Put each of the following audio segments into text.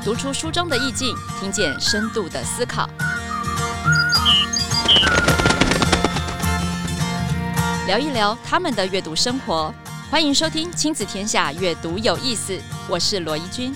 读出书中的意境，听见深度的思考，聊一聊他们的阅读生活。欢迎收听亲子天下阅读有意思，我是罗怡君。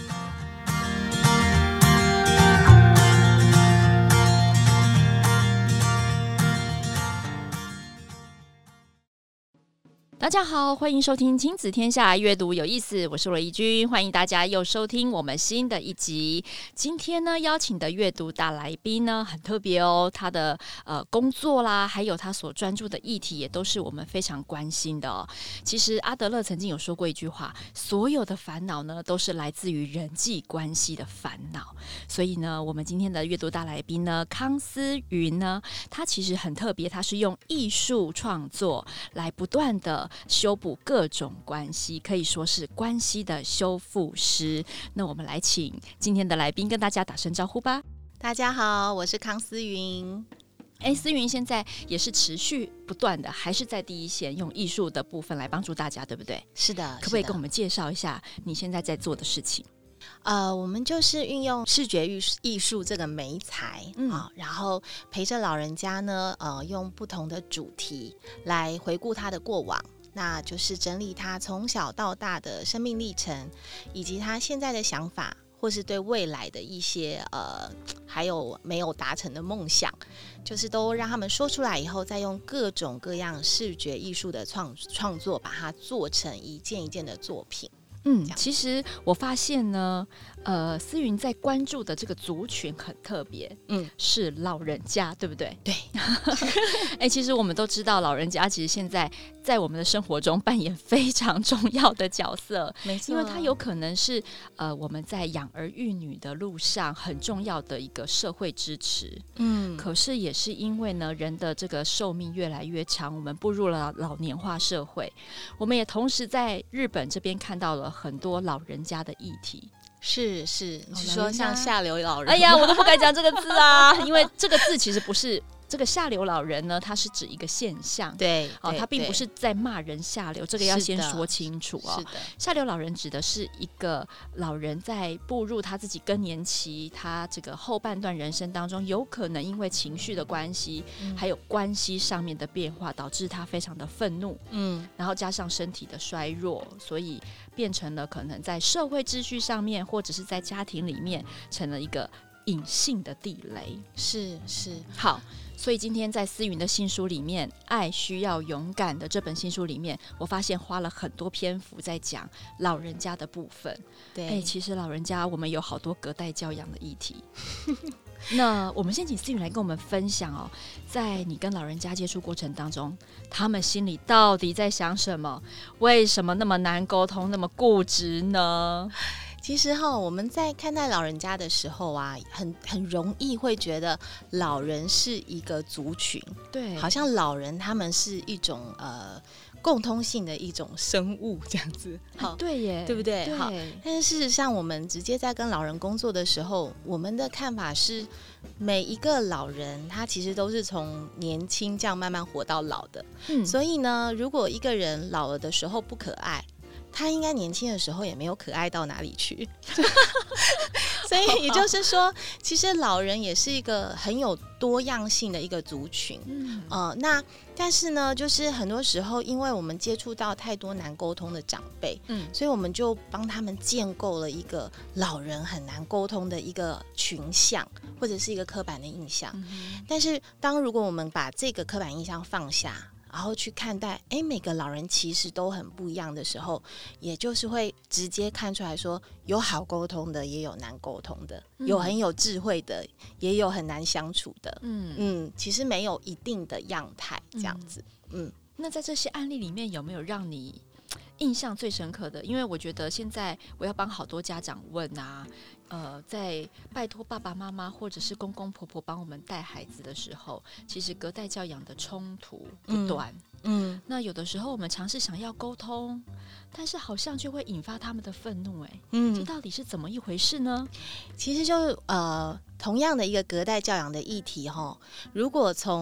大家好，欢迎收听亲子天下阅读有意思，我是罗怡君，欢迎大家又收听我们新的一集。今天呢，邀请的阅读大来宾呢很特别哦，他的工作啦，还有他所专注的议题，也都是我们非常关心的哦。其实阿德勒曾经有说过一句话，所有的烦恼呢，都是来自于人际关系的烦恼。所以呢，我们今天的阅读大来宾呢，康思云呢，他其实很特别，他是用艺术创作来不断的修补各种关系，可以说是关系的修复师。那我们来请今天的来宾跟大家打声招呼吧。 大家好，我是康思云。 思云现在也是持续不断的，还是在第一线用艺术的部分来帮助大家，对不对？ 是的， 可不可以跟我们介绍一下你现在在做的事情？ 我们就是运用视觉艺术这个媒材然后陪着老人家呢，用不同的主题来回顾他的过往，那就是整理他从小到大的生命历程，以及他现在的想法，或是对未来的一些还有没有达成的梦想，就是都让他们说出来以后，再用各种各样视觉艺术的创作，把它做成一件一件的作品。 其实我发现呢，思云在关注的这个族群很特别，是老人家，对不对？ 对。 其实我们都知道，老人家其实现在在我们的生活中扮演非常重要的角色， 没错， 因为他有可能是我们在养儿育女的路上很重要的一个社会支持。可是也是因为呢，人的这个寿命越来越长，我们步入了老年化社会，我们也同时在日本这边看到了很多老人家的议题。 是，你是说像下流老人？ 哎呀，我都不敢讲这个字啊，因为这个字其实不是。这个下流老人呢，它是指一个现象， 对， 它并不是在骂人下流，这个要先说清楚哦。 是的， 下流老人指的是一个老人在步入他自己更年期，他这个后半段人生当中，有可能因为情绪的关系，还有关系上面的变化，导致他非常的愤怒，然后加上身体的衰弱，所以变成了可能在社会秩序上面，或者是在家庭里面，成了一个隐性的地雷。 是好。所以今天在思云的新书里面，《爱需要勇敢》的这本新书里面，我发现花了很多篇幅在讲老人家的部分。 对， 其实老人家我们有好多隔代教养的议题。那我们先请思云来跟我们分享哦，在你跟老人家接触过程当中，他们心里到底在想什么？为什么那么难沟通，那么固执呢？ 其实我们在看待老人家的时候啊，很容易会觉得老人是一个族群， 对， 好像老人他们是一种共通性的一种生物这样子。好， 对耶， 对不对？ 对。 好，但是事实上，我们直接在跟老人工作的时候，我们的看法是，每一个老人他其实都是从年轻这样慢慢活到老的。所以呢，如果一个人老了的时候不可爱，他应该年轻的时候也没有可爱到哪里去。所以也就是说，其实老人也是一个很有多样性的一个族群。那但是呢，就是很多时候因为我们接触到太多难沟通的长辈，所以我们就帮他们建构了一个老人很难沟通的一个群像，或者是一个刻板的印象。但是如果我们把这个刻板印象放下，然后去看待每个老人其实都很不一样的时候，也就是会直接看出来说，有好沟通的，也有难沟通的，有很有智慧的，也有很难相处的。其实没有一定的样态这样子。 那在这些案例里面，有没有让你印象最深刻的？因为我觉得现在我要帮好多家长问啊，在拜托爸爸妈妈或者是公公婆婆帮我们带孩子的时候，其实隔代教养的冲突不断。那有的时候我们尝试想要沟通，但是好像就会引发他们的愤怒。这到底是怎么一回事呢？ 其实就同样的一个隔代教养的议题，如果从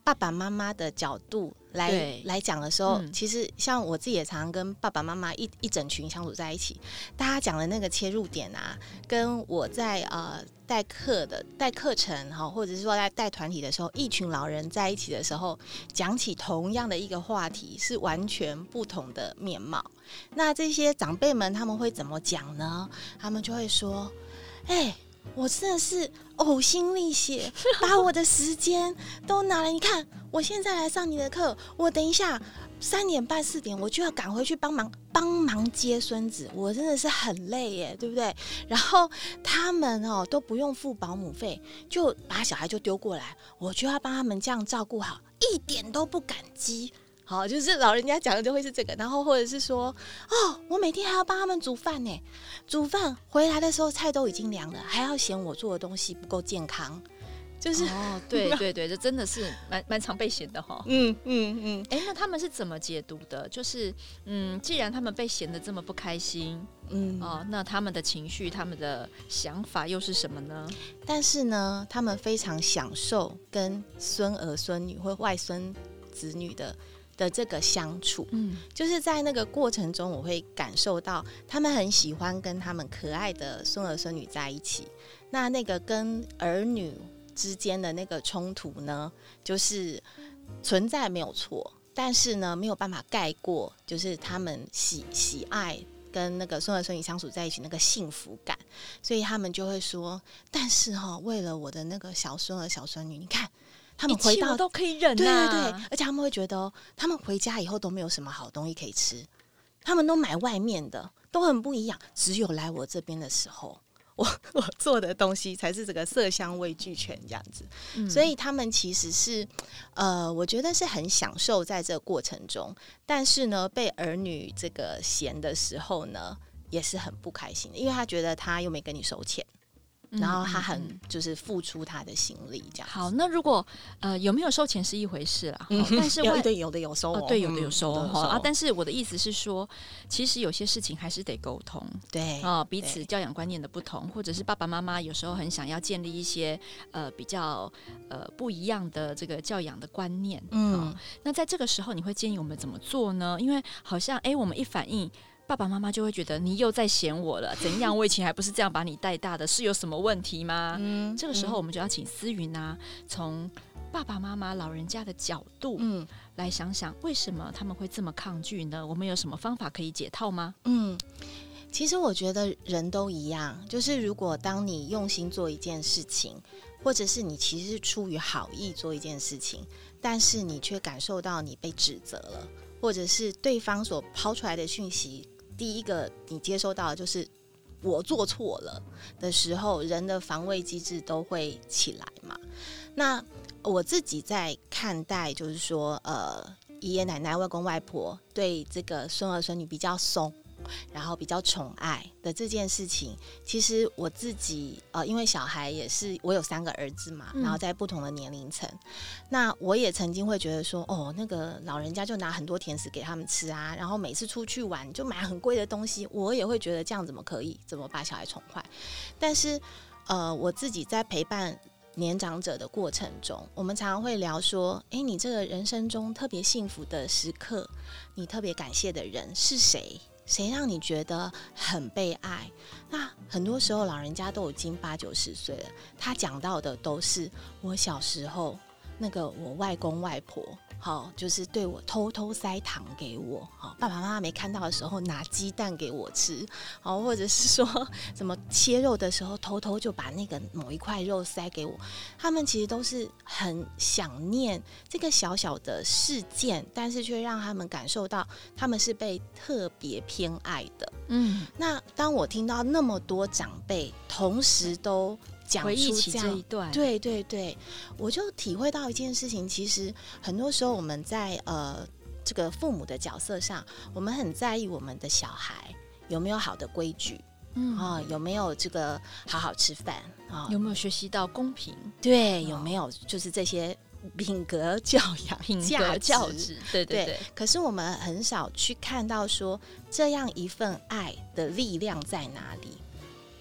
爸爸妈妈的角度来讲的时候，其实像我自己也常常跟爸爸妈妈一整群相处在一起，大家讲的那个切入点啊，跟我在带课程或者是说在带团体的时候，一群老人在一起的时候，讲起同样的一个话题是完全不同的面貌。那这些长辈们他们会怎么讲呢？他们就会说：“我真的是呕心沥血，把我的时间都拿了。你看，我现在来上你的课，我等一下3点半4点我就要赶回去帮忙接孙子，我真的是很累耶，对不对？然后他们都不用付保姆费，就把小孩就丢过来，我就要帮他们这样照顾好，一点都不感激。”好，就是老人家讲的就会是这个，然后或者是说，我每天还要帮他们煮饭呢，煮饭回来的时候菜都已经凉了，还要嫌我做的东西不够健康，就是对，这真的是蛮常被嫌的哈。那他们是怎么解读的？就是既然他们被嫌得这么不开心，那他们的情绪、他们的想法又是什么呢？ 但是呢，他们非常享受跟孙儿孙女或外孙子女的这个相处，就是在那个过程中，我会感受到他们很喜欢跟他们可爱的孙儿孙女在一起。那个跟儿女之间的那个冲突呢，就是存在没有错，但是呢，没有办法盖过，就是他们喜爱跟那个孙儿孙女相处在一起那个幸福感，所以他们就会说，但是为了我的那个小孙儿小孙女，你看。他们回到都可以忍， 对，而且他们会觉得他们回家以后都没有什么好东西可以吃，他们都买外面的，都很不一样，只有来我这边的时候，我做的东西才是这个色香味俱全这样子。所以他们其实是我觉得是很享受在这个过程中，但是呢，被儿女这个嫌的时候呢，也是很不开心的，因为他觉得他又没跟你收钱。然后他很就是付出他的心力这样。 好，那如果有没有收钱是一回事啦，但是有的有收对，有的有收但是我的意思是说，其实有些事情还是得沟通， 对彼此教养观念的不同，或者是爸爸妈妈有时候很想要建立一些比较不一样的这个教养的观念，那在这个时候你会建议我们怎么做呢？因为好像我们一反应。爸爸妈妈就会觉得你又在嫌我了，怎样？我以前还不是这样把你带大的，是有什么问题吗？这个时候我们就要请思云啊，从爸爸妈妈老人家的角度，来想想为什么他们会这么抗拒呢？我们有什么方法可以解套吗？ 其实我觉得人都一样，就是如果当你用心做一件事情，或者是你其实是出于好意做一件事情，但是你却感受到你被指责了，或者是对方所抛出来的讯息。第一个你接收到的就是我做错了的时候，人的防卫机制都会起来嘛。那我自己在看待就是说爷爷奶奶外公外婆对这个孙儿孙女比较松，然后比较宠爱的这件事情，其实我自己因为小孩也是我有3个儿子嘛，然后在不同的年龄层，那我也曾经会觉得说那个老人家就拿很多甜食给他们吃啊，然后每次出去玩就买很贵的东西，我也会觉得这样怎么可以，怎么把小孩宠坏。但是我自己在陪伴年长者的过程中，我们常常会聊说，你这个人生中特别幸福的时刻，你特别感谢的人是谁？谁让你觉得很被爱？那很多时候老人家都已经80、90岁了，他讲到的都是我小时候那个我外公外婆就是对我偷偷塞糖给我，爸爸妈妈没看到的时候拿鸡蛋给我吃，或者是说什么切肉的时候偷偷就把那个某一块肉塞给我。他们其实都是很想念这个小小的事件，但是却让他们感受到他们是被特别偏爱的。那当我听到那么多长辈同时都回忆起这一段， 对，我就体会到一件事情，其实很多时候我们在这个父母的角色上，我们很在意我们的小孩有没有好的规矩，有没有这个好好吃饭， 有没有学习到公平， 对，有没有就是这些品格教养、 品格教旨，对。 可是我们很少去看到说这样一份爱的力量在哪里。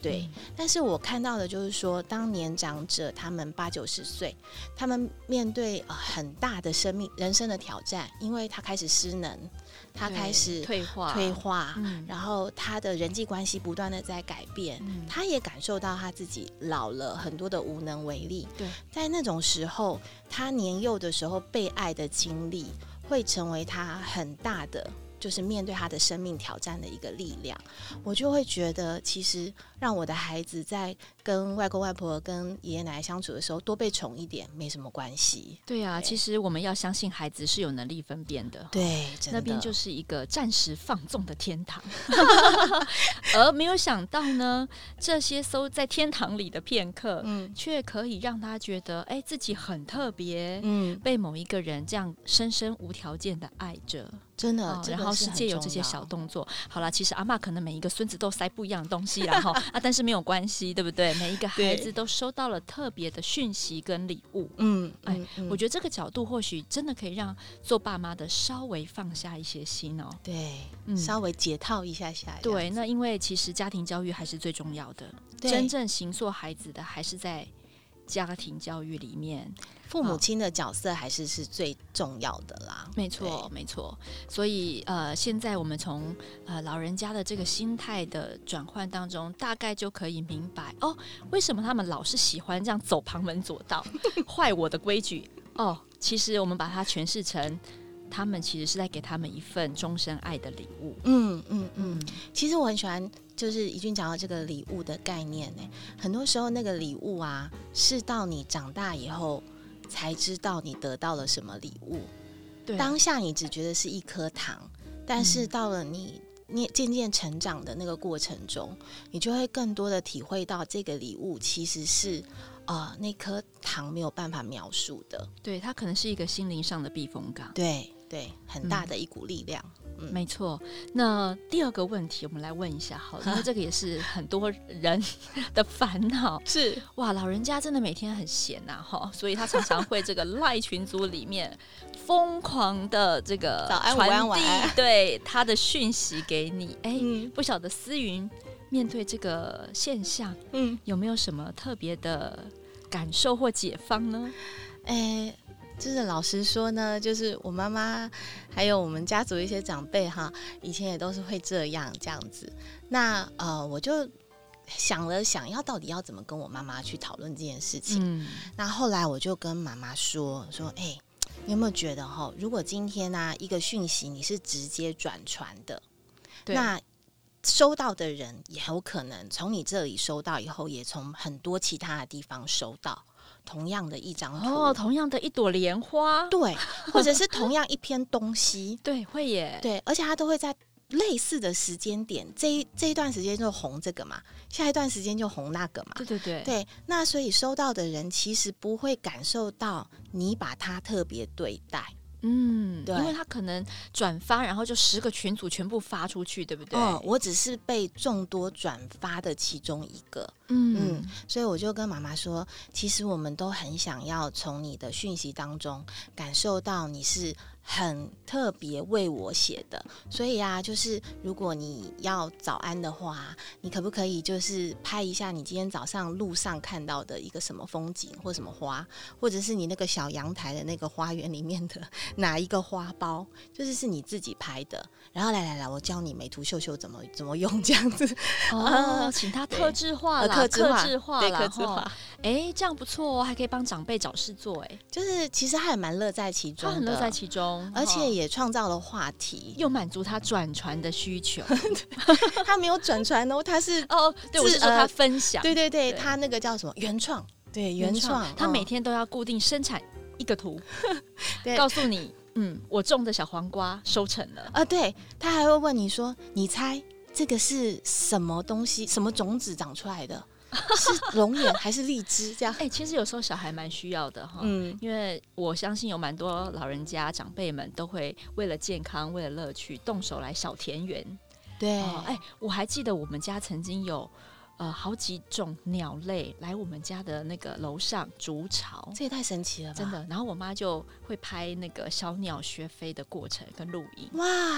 对，但是我看到的就是说，当年长者他们80-90岁，他们面对很大的人生的挑战，因为他开始失能，他开始退化，然后他的人际关系不断的在改变，他也感受到他自己老了，很多的无能为力。对，在那种时候，他年幼的时候被爱的经历，会成为他很大的，就是面对他的生命挑战的一个力量。我就会觉得，其实让我的孩子在跟外公外婆、跟爷爷奶奶相处的时候，多被宠一点没什么关系。 对啊，其实我们要相信孩子是有能力分辨的。 对，真的那边就是一个暂时放纵的天堂。而没有想到呢，这些搜在天堂里的片刻，却可以让他觉得，自己很特别，被某一个人这样深深无条件的爱着。 真的， 然后是借由这些小动作，好啦，其实阿嬷可能每一个孙子都塞不一样的东西啦哈但是没有关系，对不对？每一个孩子都收到了特别的讯息跟礼物。我觉得这个角度或许真的可以让做爸妈的稍微放下一些心哦。 对，稍微解套一下下。 对，那因为其实家庭教育还是最重要的，真正形塑孩子的还是在家庭教育里面， 父母亲的角色还是最重要的啦。 没错，没错。所以现在我们从老人家的这个心态的转换当中，大概就可以明白为什么他们老是喜欢这样走旁门左道，坏我的规矩。其实我们把它诠释成，他们其实是在给他们一份终身爱的礼物。 其实我很喜欢，就是怡君讲到这个礼物的概念呢。很多时候那个礼物啊，是到你长大以后才知道你得到了什么礼物。当下你只觉得是一颗糖，但是到了你渐渐成长的那个过程中，你就会更多的体会到这个礼物其实是那颗糖没有办法描述的。 对，它可能是一个心灵上的避风港。 对，很大的一股力量。 没错。那第二个问题，我们来问一下好了，因为这个也是很多人的烦恼。 是哇，老人家真的每天很闲所以他常常会这个赖群组里面疯狂的这个早安、午安、晚安， 对他的讯息给你。不晓得思云面对这个现象，有没有什么特别的感受或解方呢？ 就是老实说呢，就是我妈妈还有我们家族一些长辈以前也都是会这样子。那我就想了想到底要怎么跟我妈妈去讨论这件事情。那后来我就跟妈妈说，你有没有觉得如果今天一个讯息你是直接转传的，那收到的人也有可能从你这里收到以后，也从很多其他的地方收到同样的一张图， 同样的一朵莲花， 对，或者是同样一篇东西， 对，会耶， 对，而且它都会在类似的时间点，这一段时间就红这个嘛，下一段时间就红那个嘛，对，那所以收到的人其实不会感受到你把它特别对待。 对，因为他可能转发，然后就10个群组全部发出去，对不对？ 我只是被众多转发的其中一个。所以我就跟妈妈说，其实我们都很想要从你的讯息当中感受到你是很特别为我写的。所以就是如果你要早安的话，你可不可以就是拍一下你今天早上路上看到的一个什么风景或什么花，或者是你那个小阳台的那个花园里面的哪一个花苞，就是你自己拍的，然后来我教你美图秀秀怎么用这样子。 请他特制化啦， 客制化啦，这样不错还可以帮长辈找事做。 就是其实他也蛮乐在其中的， 他很乐在其中， 而且也创造了话题， 又满足他转传的需求。 他没有转传他是对，我是说他分享， 对，他那个叫什么原创，对，原创， 他每天都要固定生产一个图，告诉你，我种的小黄瓜收成了。 对，他还会问你说，你猜这个是什么东西，什么种子长出来的？是龙眼还是荔枝？这样其实有时候小孩蛮需要的因为我相信有蛮多老人家长辈们都会为了健康、为了乐趣动手来小田园。 对， 我还记得我们家曾经有好几种鸟类来我们家的那个楼上筑巢， 这也太神奇了吧！ 真的，然后我妈就会拍那个小鸟学飞的过程跟录影。 哇，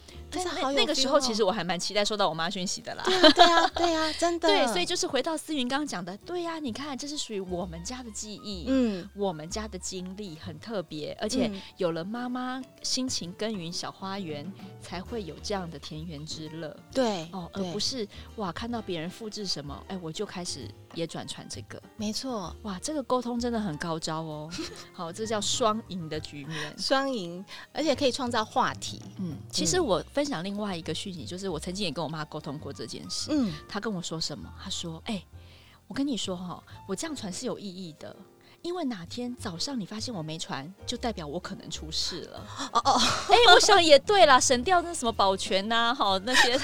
但是好有 feel 那个时候，其实我还蛮期待收到我妈讯息的啦。 对啊，真的。 对，所以就是回到思云刚刚讲的，对呀，你看，这是属于我们家的记忆，我们家的经历很特别，而且有了妈妈辛勤耕耘小花园，才会有这样的田园之乐。 对， 而不是哇，看到别人复制什么，我就开始也转传这个。 没错， 哇，这个沟通真的很高招哦。好，这叫双赢的局面， 双赢，而且可以创造话题。 其实我分享另外一个讯息，就是我曾经也跟我妈沟通过这件事。她跟我说什么？她说：“我跟你说哈，我这样传是有意义的。因为哪天早上你发现我没传，就代表我可能出事了。我想也对啦，省掉那什么保全呐，那些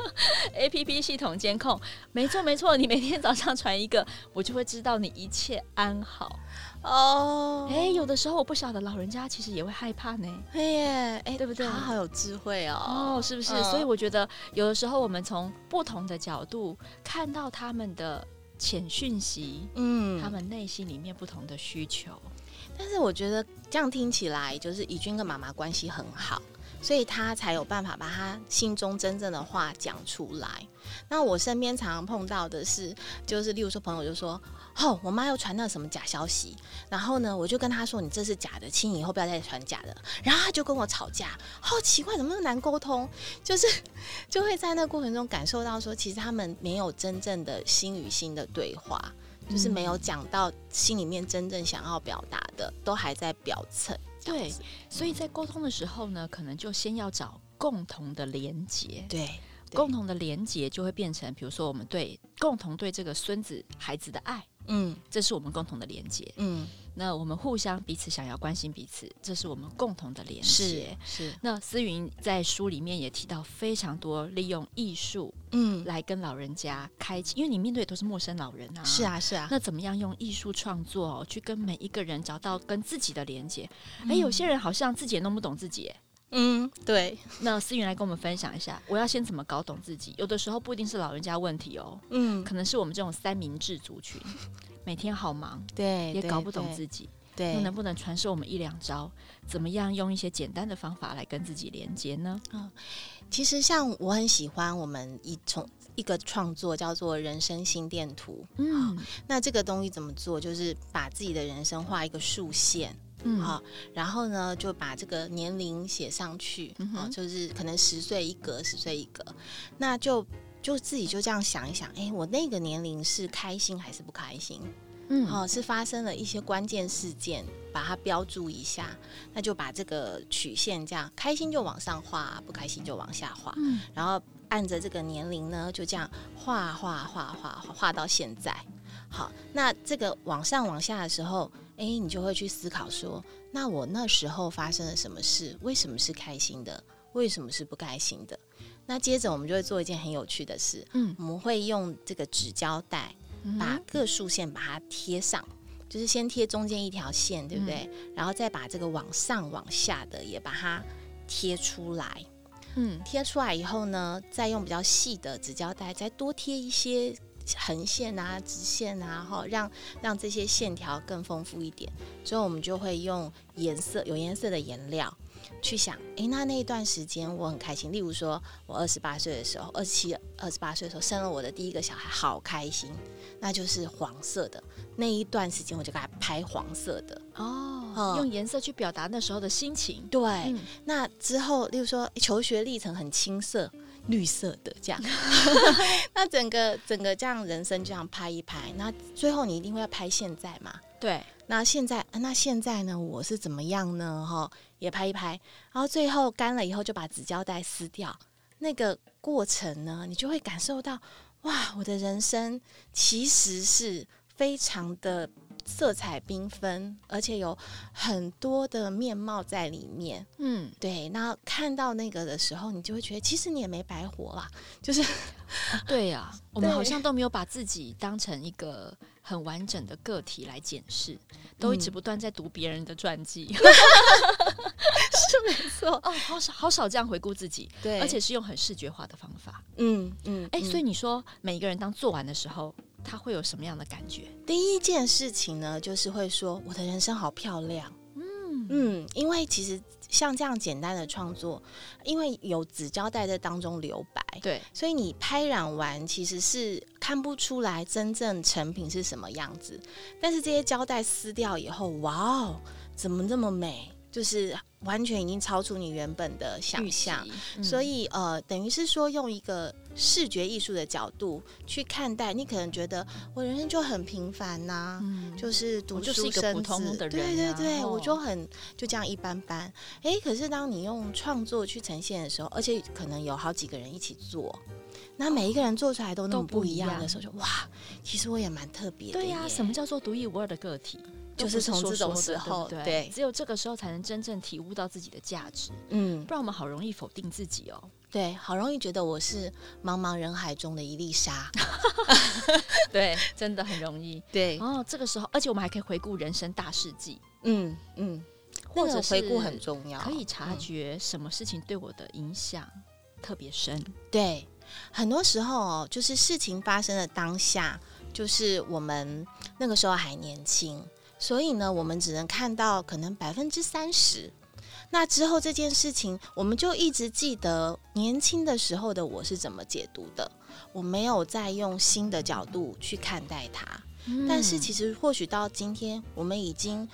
APP 系统监控，没错，你每天早上传一个，我就会知道你一切安好。有的时候我不晓得老人家其实也会害怕呢。对不对？ 他好有智慧哦， 是不是？所以我觉得有的时候我们从不同的角度看到他们的潜讯息，他们内心里面不同的需求。 但是我觉得这样听起来，就是怡君跟妈妈关系很好，所以他才有办法把他心中真正的话讲出来。那我身边常常碰到的是，就是例如说朋友就说，我妈又传那什么假消息，然后呢，我就跟他说，你这是假的，请你以后不要再传假的。然后他就跟我吵架，好奇怪，怎么那么难沟通？就会在那个过程中感受到说，其实他们没有真正的心与心的对话，就是没有讲到心里面真正想要表达的，都还在表层。 对，所以在沟通的时候呢，可能就先要找共同的连结。 对， 共同的连结就会变成，比如说我们共同对这个孙子孩子的爱，这是我们共同的连结。那我们互相彼此想要关心彼此，这是我们共同的连结。 是。 那思云在书里面也提到非常多利用艺术，来跟老人家开启，因为你面对的都是陌生老人啊。 是啊。 那怎么样用艺术创作去跟每一个人找到跟自己的连结？有些人好像自己也弄不懂自己。 对。 那思云来跟我们分享一下，我要先怎么搞懂自己？有的时候不一定是老人家问题哦，可能是我们这种三明治族群，每天好忙， 对， 也搞不懂自己， 对， 能不能传授我们一两招，怎么样用一些简单的方法来跟自己连接呢？ 其实像我很喜欢我们从一个创作叫做人生心电图。那这个东西怎么做？就是把自己的人生画一个竖线。然后呢，就把这个年龄写上去，就是可能10岁一格，10岁一格，那就自己就这样想一想，我那个年龄是开心还是不开心？是发生了一些关键事件，把它标注一下，那就把这个曲线这样，开心就往上画，不开心就往下画，然后按着这个年龄呢，就这样画到现在。好，那这个往上往下的时候，你就会去思考说，那我那时候发生了什么事？为什么是开心的？为什么是不开心的？那接着我们就会做一件很有趣的事，我们会用这个纸胶带把各竖线把它贴上，就是先贴中间一条线，对不对？然后再把这个往上往下的也把它贴出来。贴出来以后呢，再用比较细的纸胶带再多贴一些横线啊、直线啊，让这些线条更丰富一点。所以我们就会用有颜色的颜料去想，那一段时间我很开心。例如说，我28岁的时候，27、28岁的时候生了我的第一个小孩，好开心，那就是黄色的那一段时间，我就给他拍黄色的。 用颜色去表达那时候的心情。 对，那之后，例如说求学历程很青涩。绿色的这样那整个这样人生就这样拍一拍，那最后你一定会要拍现在嘛？ 对， 那现在呢，我是怎么样呢？也拍一拍，然后最后干了以后就把纸胶带撕掉，那个过程呢，你就会感受到，哇，我的人生其实是非常的色彩缤纷，而且有很多的面貌在里面。对，那看到那个的时候，你就会觉得其实你也没白活啦，就是对呀，我们好像都没有把自己当成一个很完整的个体来检视，都一直不断在读别人的传记。 是没错。 好少这样回顾自己， 对， 而且是用很视觉化的方法。所以你说每一个人当做完的时候，他会有什么样的感觉？ 第一件事情呢，就是会说我的人生好漂亮。因为其实像这样简单的创作，因为有纸胶带在当中留白， 对， 所以你拍染完其实是看不出来真正成品是什么样子。但是这些胶带撕掉以后，哇哦，怎么这么美？就是完全已经超出你原本的想象，所以等于是说用一个视觉艺术的角度去看待，你可能觉得我人生就很平凡呐、就是读书就是一个普通的人、 对对对，我就这样一般般。可是当你用创作去呈现的时候，而且可能有好几个人一起做，那每一个人做出来都那么不一样的时候，就哇，其实我也蛮特别的。 对呀、什么叫做独一无二的个体？ 就是从这种时候， 对，只有这个时候才能真正体悟到自己的价值。不然我们好容易否定自己哦。 对，好容易觉得我是茫茫人海中的一粒沙。 对，真的很容易。 对， 这个时候，而且我们还可以回顾人生大事记。 或者回顾很重要， 可以察觉什么事情对我的影响特别深。 对，很多时候就是事情发生的当下，就是我们那个时候还年轻。所以呢，我们只能看到可能30%。那之后这件事情，我们就一直记得年轻的时候的我是怎么解读的，我没有再用新的角度去看待它。但是其实或许到今天，我们已经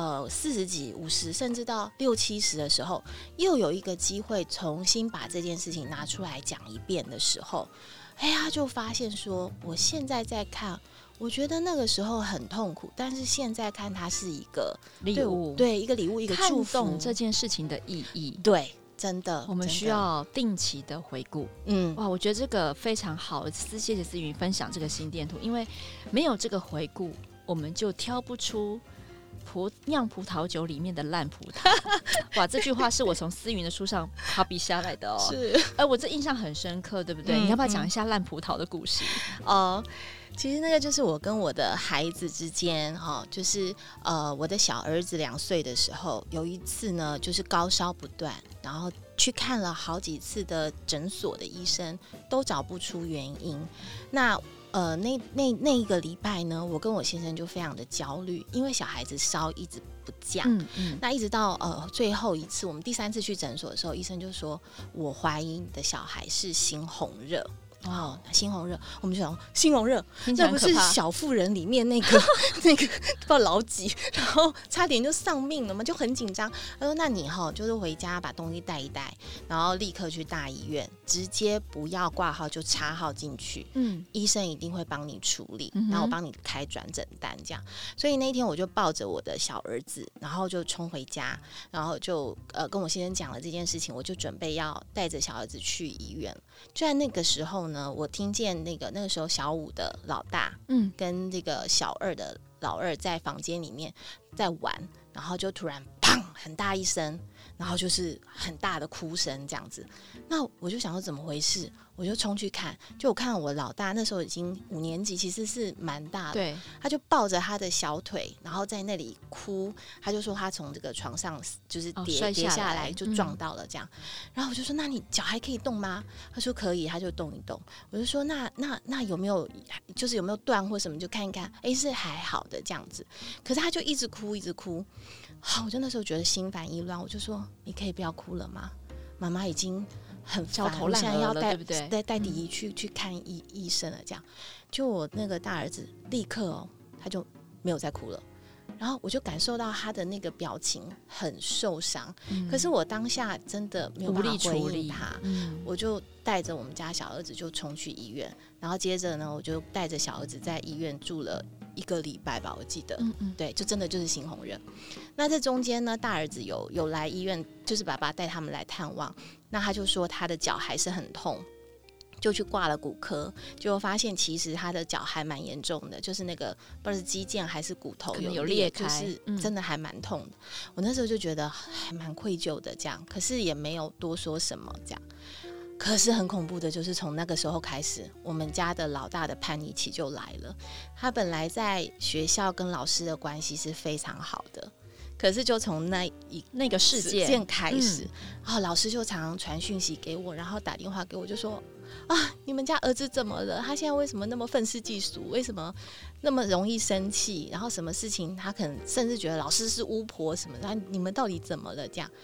40几、50，甚至到60、70的时候，又有一个机会重新把这件事情拿出来讲一遍的时候，就发现说，我现在在看。我觉得那个时候很痛苦，但是现在看它是一个礼物， 对，一个礼物，一个祝福， 看懂这件事情的意义。 对，真的， 我们需要定期的回顾。哇，我觉得这个非常好，谢谢思云分享这个心电图，因为没有这个回顾，我们就挑不出酿葡萄酒里面的烂葡萄。哇，这句话是我从思云的书上copy下来的哦。 是， 我这印象很深刻，对不对？你要不要讲一下烂葡萄的故事？ 其实那个就是我跟我的孩子之间就是我的小儿子2岁的时候，有一次呢，就是高烧不断，然后去看了好几次的诊所的医生，都找不出原因。那那一个礼拜呢，我跟我先生就非常的焦虑，因为小孩子烧一直不降。那一直到最后一次，我们第3次去诊所的时候，医生就说，我怀疑你的小孩是猩红热。猩红热，我们就想猩红热，那不是小妇人里面那个不知道老几，然后差点就丧命了嘛，就很紧张。他说：“那你就是回家把东西带一带，然后立刻去大医院，直接不要挂号就插号进去，医生一定会帮你处理，然后我帮你开转诊单这样。所以那一天我就抱着我的小儿子，然后就冲回家，然后就跟我先生讲了这件事情，我就准备要带着小儿子去医院。就在那个时候呢，我听见那个时候小5的老大，跟这个小2的老2在房间里面在玩，然后就突然砰很大一声，然后就是很大的哭声这样子。那我就想说怎么回事，我就冲去看，就我看到我老大那时候已经5年级，其实是蛮大的， 对， 他就抱着他的小腿，然后在那里哭，他就说他从这个床上就是跌下来就撞到了这样。然后我就说那你脚还可以动吗？他说可以，他就动一动。我就说那有没有就是有没有断或什么，就看一看，是还好的这样子。可是他就一直哭一直哭，我就那时候觉得心烦意乱，我就说你可以不要哭了吗？妈妈已经很焦头烂额了，对不对？ 带弟弟去看医生了，这样。就我那个大儿子立刻他就没有再哭了，然后我就感受到他的那个表情很受伤，可是我当下真的没有办法回应他，我就带着我们家小儿子就冲去医院，然后接着呢，我就带着小儿子在医院住了1个礼拜吧，我记得，对，就真的就是猩红热。那这中间呢，大儿子有来医院，就是爸爸带他们来探望，那他就说他的脚还是很痛，就去挂了骨科，就发现其实他的脚还蛮严重的，就是那个不知道是肌腱还是骨头有裂开，就是真的还蛮痛的。我那时候就觉得还蛮愧疚的这样，可是也没有多说什么这样。可是很恐怖的就是从那个时候开始，我们家的老大的叛逆期就来了。他本来在学校跟老师的关系是非常好的，可是就从那个事件开始，然后老师就常常传讯息给我，然后打电话给我，就说你们家儿子怎么了？他现在为什么那么愤世嫉俗？为什么那么容易生气？然后什么事情他可能甚至觉得老师是巫婆什么的，你们到底怎么了？这样。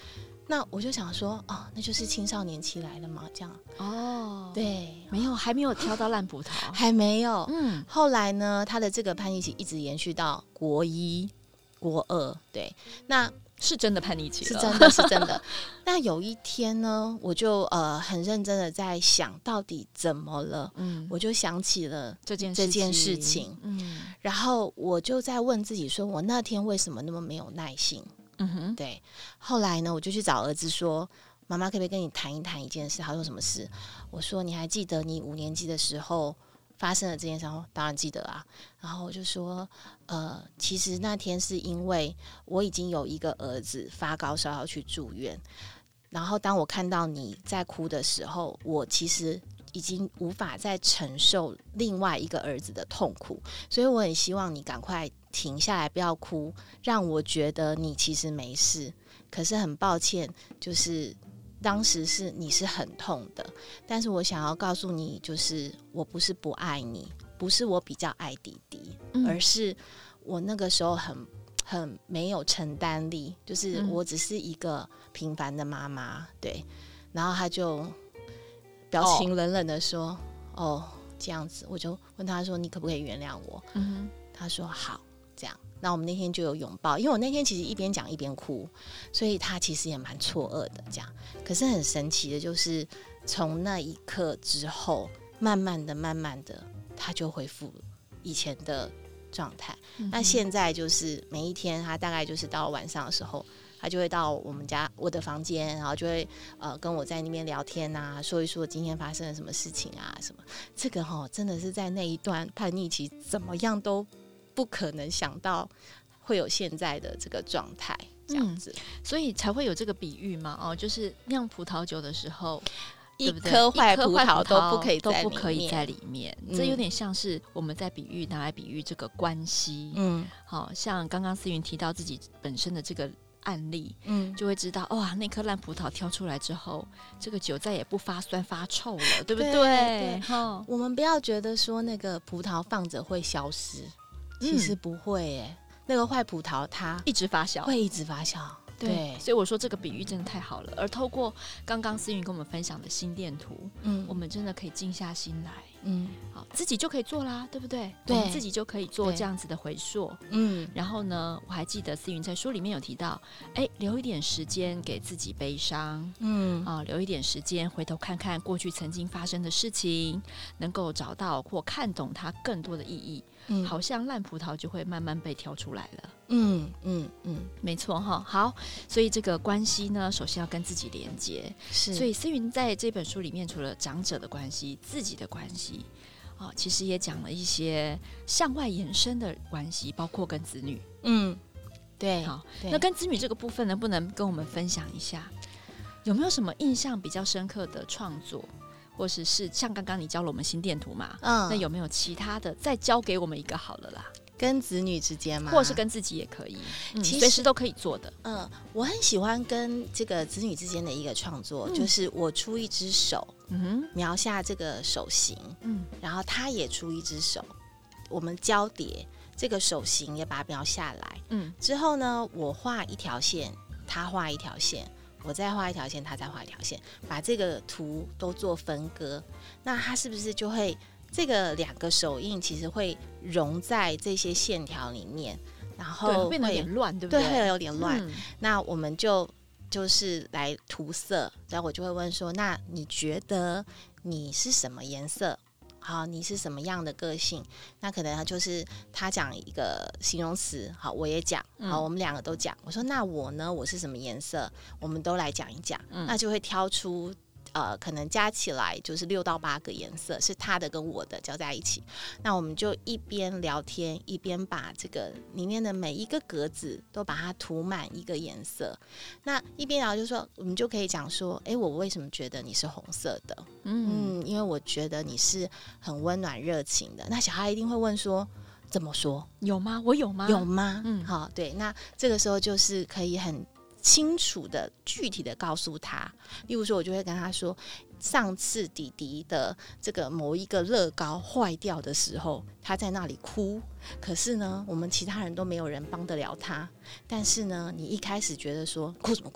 那我就想说，哦，那就是青少年期来了嘛，这样。 哦， 对， 还没有挑到烂葡萄， 还没有。后来呢，他的这个叛逆期一直延续到国1、国2。对，那是真的叛逆期了， 是真的。那有一天呢，我就很认真的在想到底怎么了。我就想起了这件事情。然后我就在问自己说，我那天为什么那么没有耐性？对。后来呢，我就去找儿子说，妈妈可不可以跟你谈一谈一件事？他说什么事？我说你还记得你5年级的时候发生了这件事？当然记得啊。然后我就说，其实那天是因为我已经有一个儿子发高烧要去住院，然后当我看到你在哭的时候，我其实已经无法再承受另外一个儿子的痛苦，所以我很希望你赶快停下来，不要哭，让我觉得你其实没事。可是很抱歉，就是当时你是很痛的，但是我想要告诉你，就是我不是不爱你，不是我比较爱弟弟，而是我那个时候很没有承担力，就是我只是一个平凡的妈妈。对，然后他就表情冷冷的说，哦，这样子。我就问他说，你可不可以原谅我？他说好。这样，那我们那天就有拥抱，因为我那天其实一边讲一边哭，所以他其实也蛮错愕的。这样，可是很神奇的就是，从那一刻之后，慢慢的，他就恢复以前的状态。那现在就是每一天，他大概就是到晚上的时候，他就会到我的房间，然后就会跟我在那边聊天啊，说一说今天发生了什么事情啊什么。这个真的是在那一段叛逆期，怎么样都不可能想到会有现在的这个状态，这样子。 所以才会有这个比喻嘛。就是酿葡萄酒的时候， 一颗坏葡萄都不可以在里面。这有点像是我们在拿来比喻这个关系。好像刚刚思云提到自己本身的这个案例，就会知道哇，那颗烂葡萄挑出来之后，这个酒再也不发酸发臭了，对不对？ 对。我们不要觉得说那个葡萄放着会消失，其实不会耶。那个坏葡萄它一直发酵， 会一直发酵。对， 所以我说这个比喻真的太好了。而透过刚刚思云跟我们分享的心电图，我们真的可以静下心来，好，自己就可以做啦，对不对？对，我们自己就可以做这样子的回溯。然后呢，我还记得思云在书里面有提到，留一点时间给自己悲伤，留一点时间回头看看过去曾经发生的事情，能够找到或看懂它更多的意义。好像烂葡萄就会慢慢被挑出来了。没错哈。好，所以这个关系呢，首先要跟自己连接。是，所以思云在这本书里面，除了长者的关系、自己的关系，其实也讲了一些向外延伸的关系，包括跟子女。 对。 好，那跟子女这个部分，能不能跟我们分享一下，有没有什么印象比较深刻的创作？或是像刚刚你教了我们心电图嘛，那有没有其他的再教给我们一个好了啦？ 跟子女之间吗？ 或是跟自己也可以，随时都可以做的。 我很喜欢跟这个子女之间的一个创作，就是我出一只手，描下这个手型，然后他也出一只手，我们交叠这个手型也把它描下来，之后呢，我画一条线，他画一条线。我再画一条线，他再画一条线，把这个图都做分割，那它是不是就会这个2个手印其实会融在这些线条里面，然后变得有点乱，对不对？ 对，会有点乱。那我们就是来涂色，然后我就会问说，那你觉得你是什么颜色？好，你是什么样的个性？那可能就是他讲一个形容词，好，我也讲，好，我们2个都讲。我说那我呢？我是什么颜色？我们都来讲一讲，那就会挑出可能加起来就是6到8个颜色，是他的跟我的交在一起。那我们就一边聊天，一边把这个里面的每一个格子都把它涂满一个颜色。那一边聊就说，我们就可以讲说，我为什么觉得你是红色的？因为我觉得你是很温暖热情的。那小孩一定会问说，怎么说？ 有吗？我有吗？ 有吗？好，对。那这个时候就是可以很清楚的具体的告诉他，例如说我就会跟他说，上次弟弟的这个某一个乐高坏掉的时候，他在那里哭，可是呢我们其他人都没有人帮得了他，但是呢你一开始觉得说哭什么哭啊，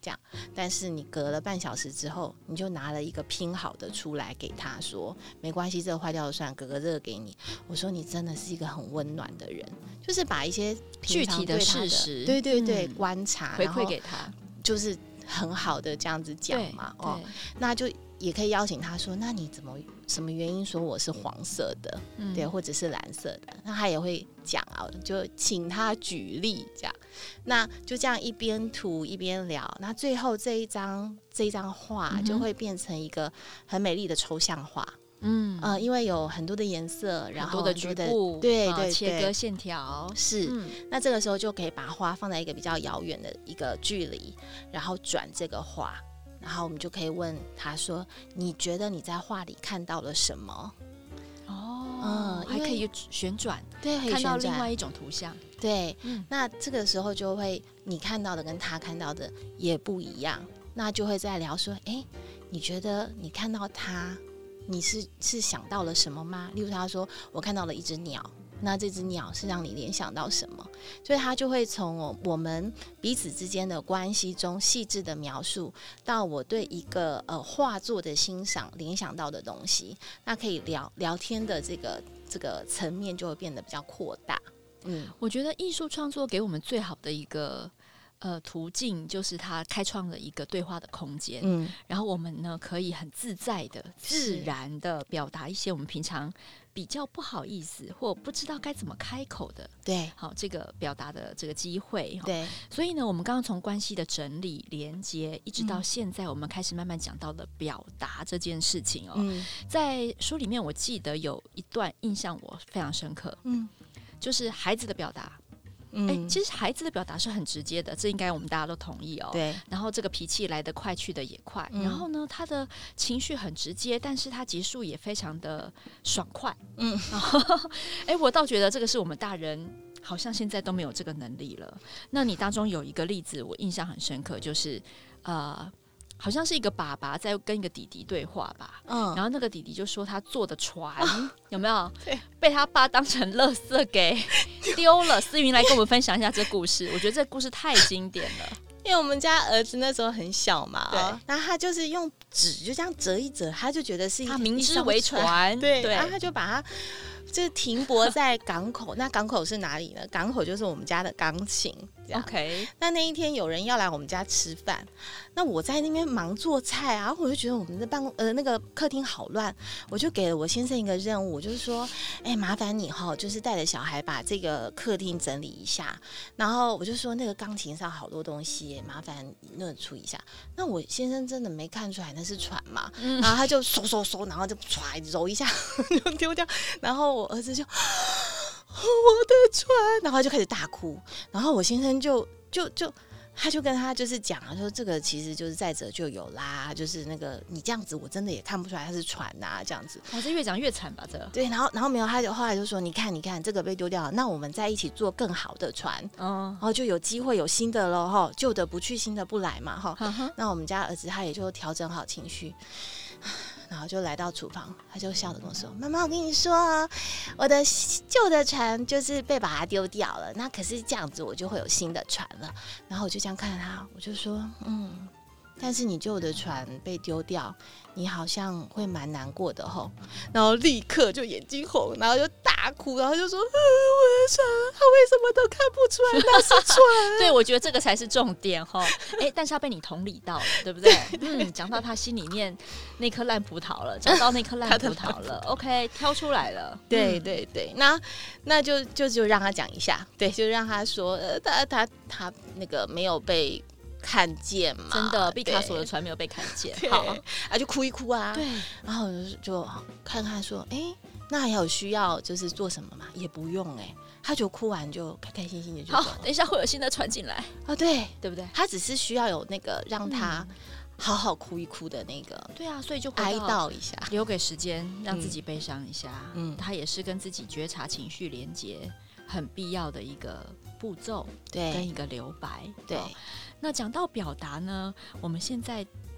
这样，但是你隔了半小时之后，你就拿了一个拼好的出来给他说，没关系，这个坏掉了算了，哥哥这个给你。我说你真的是一个很温暖的人，就是把一些具体的事实， 对对对，观察回馈给他， 就是很好的这样子讲嘛。那就也可以邀请他说，那你什么原因说我是黄色的，对，或者是蓝色的？那他也会讲啊，就请他举例这样。那就这样一边涂一边聊，那最后这一张画就会变成一个很美丽的抽象画。因为有很多的颜色，然后很多的局部， 对对， 切割线条是。那这个时候就可以把画放在一个比较遥远的一个距离，然后转这个画，然后我们就可以问他说：“你觉得你在画里看到了什么？” 还可以旋转， 对， 看到另外一种图像。 对，那这个时候就会你看到的跟他看到的也不一样，那就会再聊说：“你觉得你看到他？”你是想到了什么吗？例如他说我看到了一只鸟，那这只鸟是让你联想到什么？所以他就会从我们彼此之间的关系中细致的描述，到我对一个画作的欣赏联想到的东西，那可以聊天的这个层面就会变得比较扩大。 我觉得艺术创作给我们最好的一个途径就是它开创了一个对话的空间，然后我们呢可以很自在的、自然的表达一些我们平常比较不好意思或不知道该怎么开口的， 对， 好这个表达的这个机会， 对。 所以呢，我们刚刚从关系的整理、连接，一直到现在，我们开始慢慢讲到了表达这件事情在书里面，我记得有一段印象我非常深刻，就是孩子的表达。其实孩子的表达是很直接的，这应该我们大家都同意对。 然后这个脾气来得快，去得也快。然后呢，他的情绪很直接，但是他结束也非常的爽快。然后，我倒觉得这个是我们大人好像现在都没有这个能力了。那你当中有一个例子，我印象很深刻，就是好像是一个爸爸在跟一个弟弟对话吧，然后那个弟弟就说他坐的船有没有被他爸当成垃圾给丢了。思云来跟我们分享一下这故事，我觉得这故事太经典了。 因为我们家儿子那时候很小嘛，然后他就是用纸就这样折一折，他就觉得是他明知为船， 对，然后他就把它就是停泊在港口。那港口是哪里呢？港口就是我们家的钢琴。 OK， 那一天有人要来我们家吃饭，那我在那边忙做菜啊，我就觉得我们的那个客厅好乱，我就给了我先生一个任务，就是说，麻烦你就是带着小孩把这个客厅整理一下。然后我就说那个钢琴上好多东西，麻烦那处理一下。那我先生真的没看出来那是船嘛，然后他就收，然后就唰揉一下就丢掉，然后我儿子就。我的船，然后他就开始大哭，然后我先生他就跟他就是讲啊，说这个其实就是再者就有啦，就是那个你这样子我真的也看不出来它是船啊，这样子。 这越讲越惨吧？这对，然后没有，他就后来就说，你看这个被丢掉了，那我们在一起做更好的船，然后就有机会有新的了旧的不去，新的不来嘛那我们家儿子他也就调整好情绪。然后就来到厨房，他就笑着跟我说：“妈妈，我跟你说，我的旧的船就是被把它丢掉了。那可是这样子，我就会有新的船了。”然后我就这样看着他，我就说：“但是你旧的船被丢掉，你好像会蛮难过的吼。”然后立刻就眼睛红，然后就大哭，然后就说：“我的船，他为什么都看不出来那是船？” 对，我觉得这个才是重点但是他被你同理到了，对不对？讲到他心里面那颗烂葡萄了，找到那颗烂葡萄了，OK， 挑出来了。 对对对，那就让他讲一下，对，就让他说，他那个没有被看见嘛， 真的，毕卡索的船没有被看见， 好，就哭一哭啊， 对， 然后就看看说，那还有需要就是做什么吗？也不用他就哭完就开开心心的就走了。 好，等一下会有新的船进来对不对？ 他只是需要有那个让他好好哭一哭的那个， 对啊，所以就哀悼一下， 留给时间让自己悲伤一下。他也是跟自己觉察情绪连接很必要的一个步骤， 对， 跟一个留白。 对， 那讲到表达呢，我们现在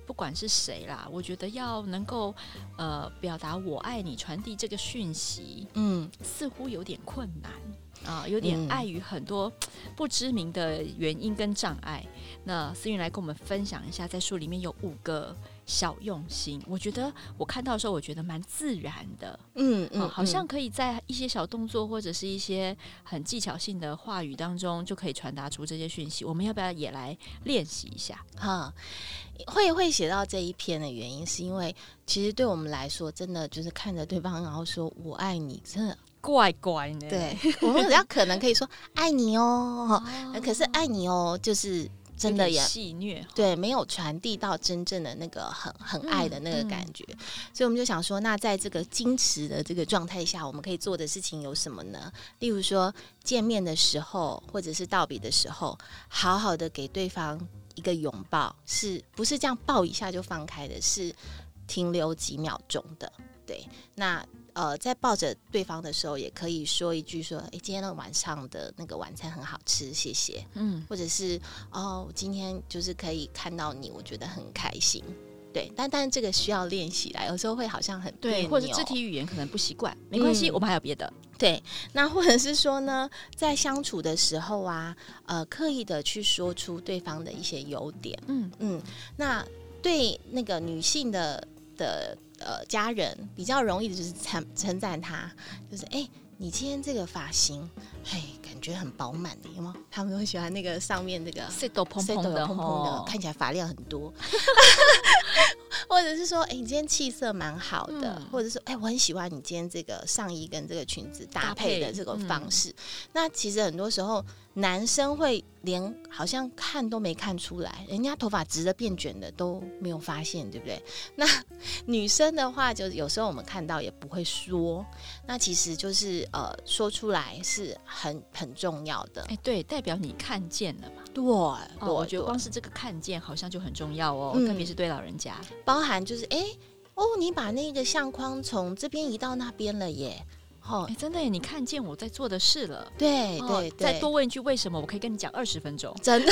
不管是谁啦，我觉得要能够表达我爱你，传递这个讯息，似乎有点困难啊，有点碍于很多不知名的原因跟障碍。那思韵来跟我们分享一下，在书里面有5个小用心，我觉得我看到的时候，我觉得蛮自然的，好像可以在一些小动作或者是一些很技巧性的话语当中，就可以传达出这些讯息。我们要不要也来练习一下？ 会写到这一篇的原因，是因为其实对我们来说，真的就是看着对方，然后说我爱你，真的怪怪呢。 对，我们可能可以说爱你哦，可是爱你哦，就是真的也戏谑， 对，没有传递到真正的那个很爱的那个感觉，所以我们就想说，那在这个矜持的这个状态下，我们可以做的事情有什么呢？例如说见面的时候，或者是道别的时候，好好的给对方一个拥抱，是不是这样抱一下就放开的？是停留几秒钟的。对，那在抱着对方的时候，也可以说一句说：“今天的晚上的那个晚餐很好吃，谢谢。”或者是我今天就是可以看到你，我觉得很开心。对，但是这个需要练习啦，有时候会好像很别扭， 对，或者肢体语言可能不习惯，没关系，我们还有别的。 对，那或者是说呢，在相处的时候啊，刻意的去说出对方的一些优点。那对那个女性的家人比较容易的就是称赞她，就是你今天这个发型，感觉很饱满的，有吗？他们都会喜欢那个上面这个色都蓬蓬的， 看起来发量很多。或者是说，你今天气色蛮好的，或者是我很喜欢你今天这个上衣跟这个裙子搭配的这个方式。那其实很多时候男生会连好像看都没看出来，人家头发直的变卷的都没有发现，对不对？那女生的话，就有时候我们看到也不会说，那其实就是说出来是很重要的。 对，代表你看见了嘛？ 对， 我觉得光是这个看见好像就很重要哦，特别是对老人家， 包含就是你把那个相框从这边移到那边了耶。 真的耶，你看见我在做的事了。 对， 再多问一句为什么，我可以跟你讲20分钟， 真的。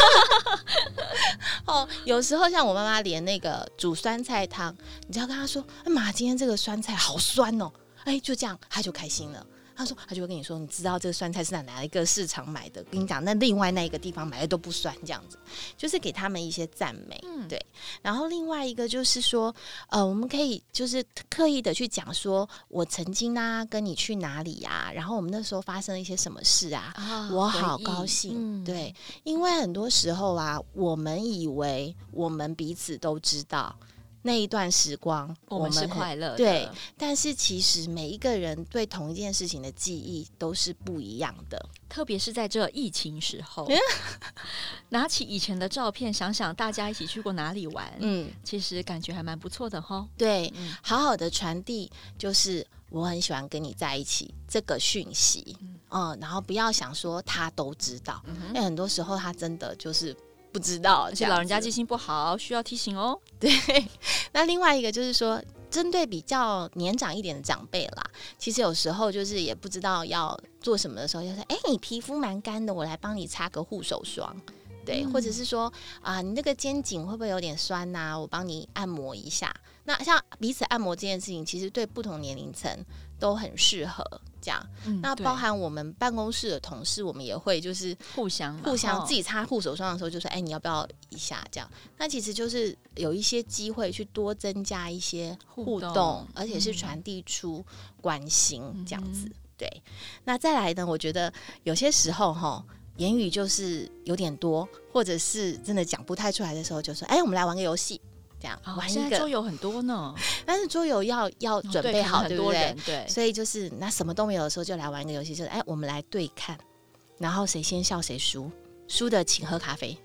有时候像我妈妈连那个煮酸菜汤，你就要跟她说：“妈，今天这个酸菜好酸哦。”就这样，她就开心了。他就会跟你说，你知道这个酸菜是哪一个市场买的？跟你讲，那另外那一个地方买的都不酸，这样子就是给他们一些赞美，对。然后另外一个就是说，我们可以就是刻意的去讲说，我曾经跟你去哪里啊？然后我们那时候发生了一些什么事啊？我好高兴，对，因为很多时候啊，我们以为我们彼此都知道。那一段时光我们是快乐的， 对，但是其实每一个人对同一件事情的记忆都是不一样的， 特别是在这疫情时候，拿起以前的照片，想想大家一起去过哪里玩，其实感觉还蛮不错的齁。 对，好好的传递就是我很喜欢跟你在一起这个讯息，然后不要想说他都知道，因为很多时候他真的就是不知道， 而且老人家记性不好，需要提醒哦。 对，那另外一个就是说，针对比较年长一点的长辈啦，其实有时候就是也不知道要做什么的时候，就说：“你皮肤蛮干的，我来帮你擦个护手霜。”对，或者是说你那个肩颈会不会有点酸啊？我帮你按摩一下。那像彼此按摩这件事情，其实对不同年龄层都很适合。这样，那包含我们办公室的同事，我们也会就是互相自己擦护手霜的时候，就说：“你要不要一下？”这样，那其实就是有一些机会去多增加一些互动，而且是传递出关心这样子。对，那再来呢？我觉得有些时候言语就是有点多，或者是真的讲不太出来的时候，就说：“我们来玩个游戏。”这样玩一个， 现在桌游很多呢， 但是桌游要准备好，对不对？ 对， 所以就是那什么都没有的时候，就来玩一个游戏，就是我们来对看，然后谁先笑谁输，输的请喝咖啡。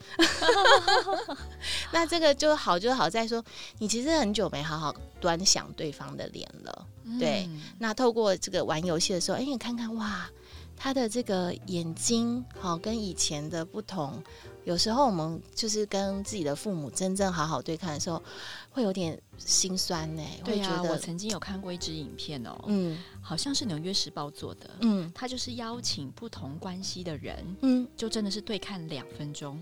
那这个就好在说，你其实很久没好好端详对方的脸了，对。那透过这个玩游戏的时候，你看看哇，他的这个眼睛跟以前的不同。有时候我们就是跟自己的父母真正好好对看的时候，会有点心酸呢。 对啊，我曾经有看过一支影片哦，好像是《纽约时报》做的，他就是邀请不同关系的人，就真的是对看2分钟。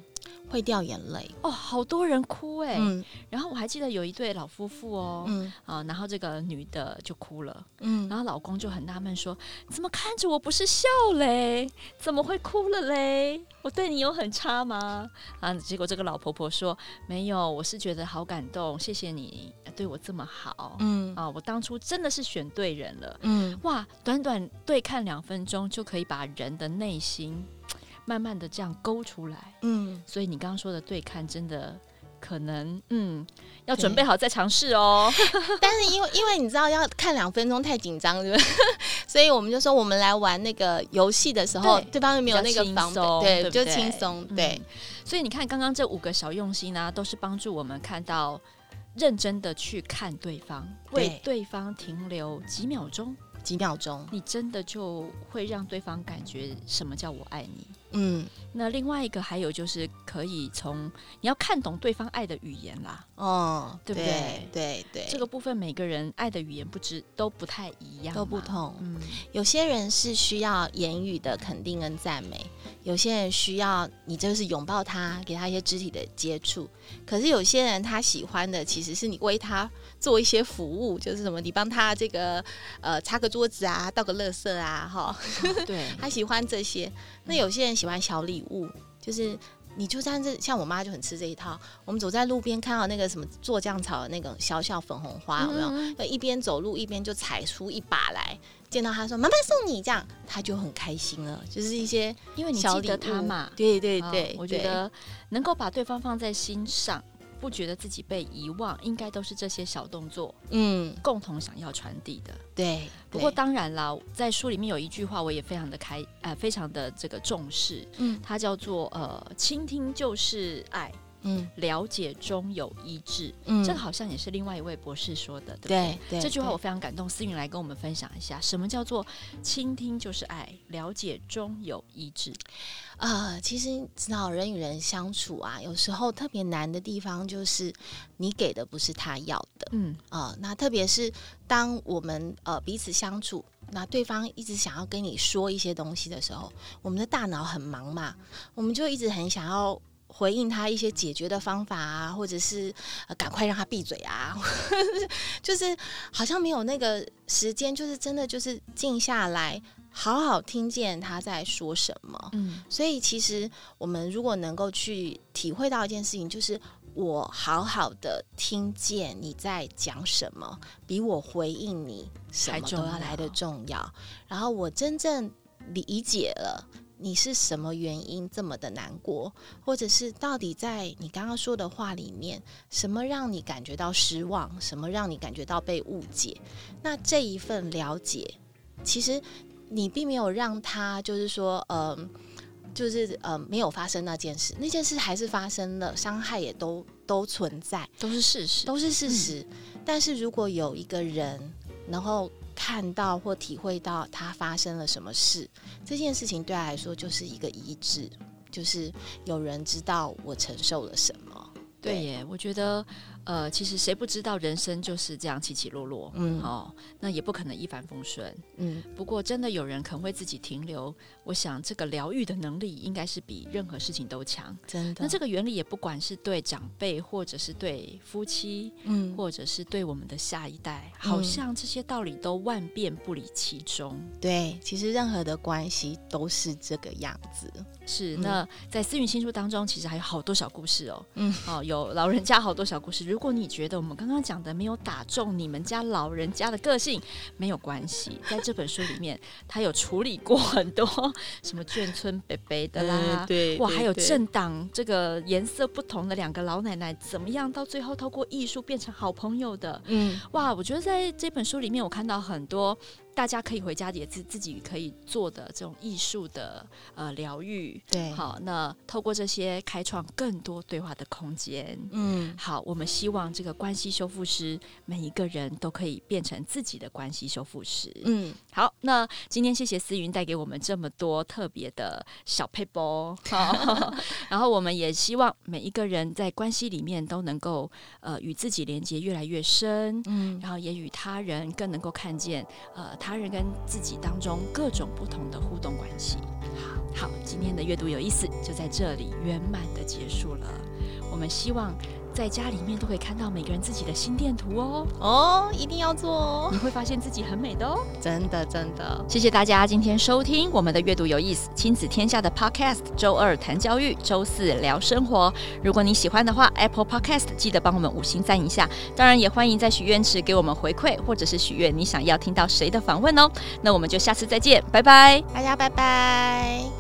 会掉眼泪哦，好多人哭哎。然后我还记得有一对老夫妇哦，然后这个女的就哭了，然后老公就很纳闷说：“怎么看着我不是笑嘞？怎么会哭了嘞？我对你有很差吗？”啊，结果这个老婆婆说：“没有，我是觉得好感动，谢谢你对我这么好。我当初真的是选对人了。哇，短短对看2分钟就可以把人的内心慢慢的这样勾出来。所以你刚刚说的对看真的可能要准备好再尝试哦。 但是因为你知道要看2分钟太紧张，对不对？所以我们就说我们来玩那个游戏的时候，对方又没有那个防备，对，就轻松。对， 所以你看刚刚这5个小用心呢，都是帮助我们看到认真的去看对方，为对方停留几秒钟，你真的就会让对方感觉什么叫我爱你。那另外一个还有就是可以从你要看懂对方爱的语言啦，对不对？ 对， 这个部分每个人爱的语言都不太一样， 都不同。有些人是需要言语的肯定跟赞美，有些人需要你就是拥抱他，给他一些肢体的接触。可是有些人他喜欢的其实是你为他做一些服务，就是什么你帮他这个擦个桌子啊，倒个垃圾啊， 对， 他喜欢这些。那有些人喜欢小礼物，就是你就像我妈就很吃这一套。我们走在路边看到那个什么做酱草的那个小粉红花，有没有？一边走路一边就采出一把来，见到他说妈妈送你，这样他就很开心了。就是一些因为你记得他嘛， 对， 我觉得能够把对方放在心上，不觉得自己被遗忘，应该都是这些小动作共同想要传递的。 对， 不过当然啦，在书里面有一句话我也非常的这个重视，它叫做倾听就是爱，了解中有医治。这个好像也是另外一位博士说的，对不对？ 对， 这句话我非常感动，思云来跟我们分享一下，什么叫做倾听就是爱，了解中有医治。 其实知道人与人相处啊，有时候特别难的地方就是你给的不是他要的。那特别是当我们彼此相处，那对方一直想要跟你说一些东西的时候，我们的大脑很忙嘛，我们就一直很想要回应他一些解决的方法啊，或者是赶快让他闭嘴啊，就是好像没有那个时间，就是真的就是静下来好好听见他在说什么。所以其实我们如果能够去体会到一件事情，就是我好好的听见你在讲什么，比我回应你什么都要来得重要。然后我真正理解了你是什么原因这么的难过，或者是到底在你刚刚说的话里面，什么让你感觉到失望，什么让你感觉到被误解。那这一份了解，其实你并没有让他就是说没有发生那件事，那件事还是发生了，伤害也都存在， 都是事实。 但是如果有一个人然后看到或体会到他发生了什么事，这件事情对他来说就是一个医治，就是有人知道我承受了什么。 对耶，我觉得其实谁不知道人生就是这样起起落落，那也不可能一帆风顺，不过真的有人肯为自己停留，我想这个疗愈的能力应该是比任何事情都强， 真的。 那这个原理也不管是对长辈，或者是对夫妻，或者是对我们的下一代，好像这些道理都万变不离其中。 对，其实任何的关系都是这个样子。 是，那在思云新书当中，其实还有好多小故事哦，有老人家好多小故事。如果你觉得我们刚刚讲的没有打中你们家老人家的个性，没有关系，在这本书里面，他有处理过很多什么眷村伯伯的啦，哇，还有政党这个颜色不同的2个老奶奶怎么样，到最后透过艺术变成好朋友的，哇，我觉得在这本书里面，我看到很多大家可以回家也自己可以做的这种艺术的疗愈。 对， 好，那透过这些开创更多对话的空间。好，我们希望这个关系修复师每一个人都可以变成自己的关系修复师。好，那今天谢谢思云带给我们这么多特别的小撇步，然后我们也希望每一个人在关系里面都能够与自己连接越来越深，然后也与他人更能够看见他他人跟自己当中各种不同的互动关系。好，今天的阅读有意思就在这里圆满的结束了。我们希望在家里面都可以看到每个人自己的心电图哦，一定要做哦， 你会发现自己很美的哦， 真的。 谢谢大家今天收听我们的阅读有意思亲子天下的 Podcast， 周二谈教育，周四聊生活。如果你喜欢的话 Apple Podcast 记得帮我们5星赞一下，当然也欢迎在许愿池给我们回馈，或者是许愿你想要听到谁的访问哦。那我们就下次再见，拜拜， 大家拜拜。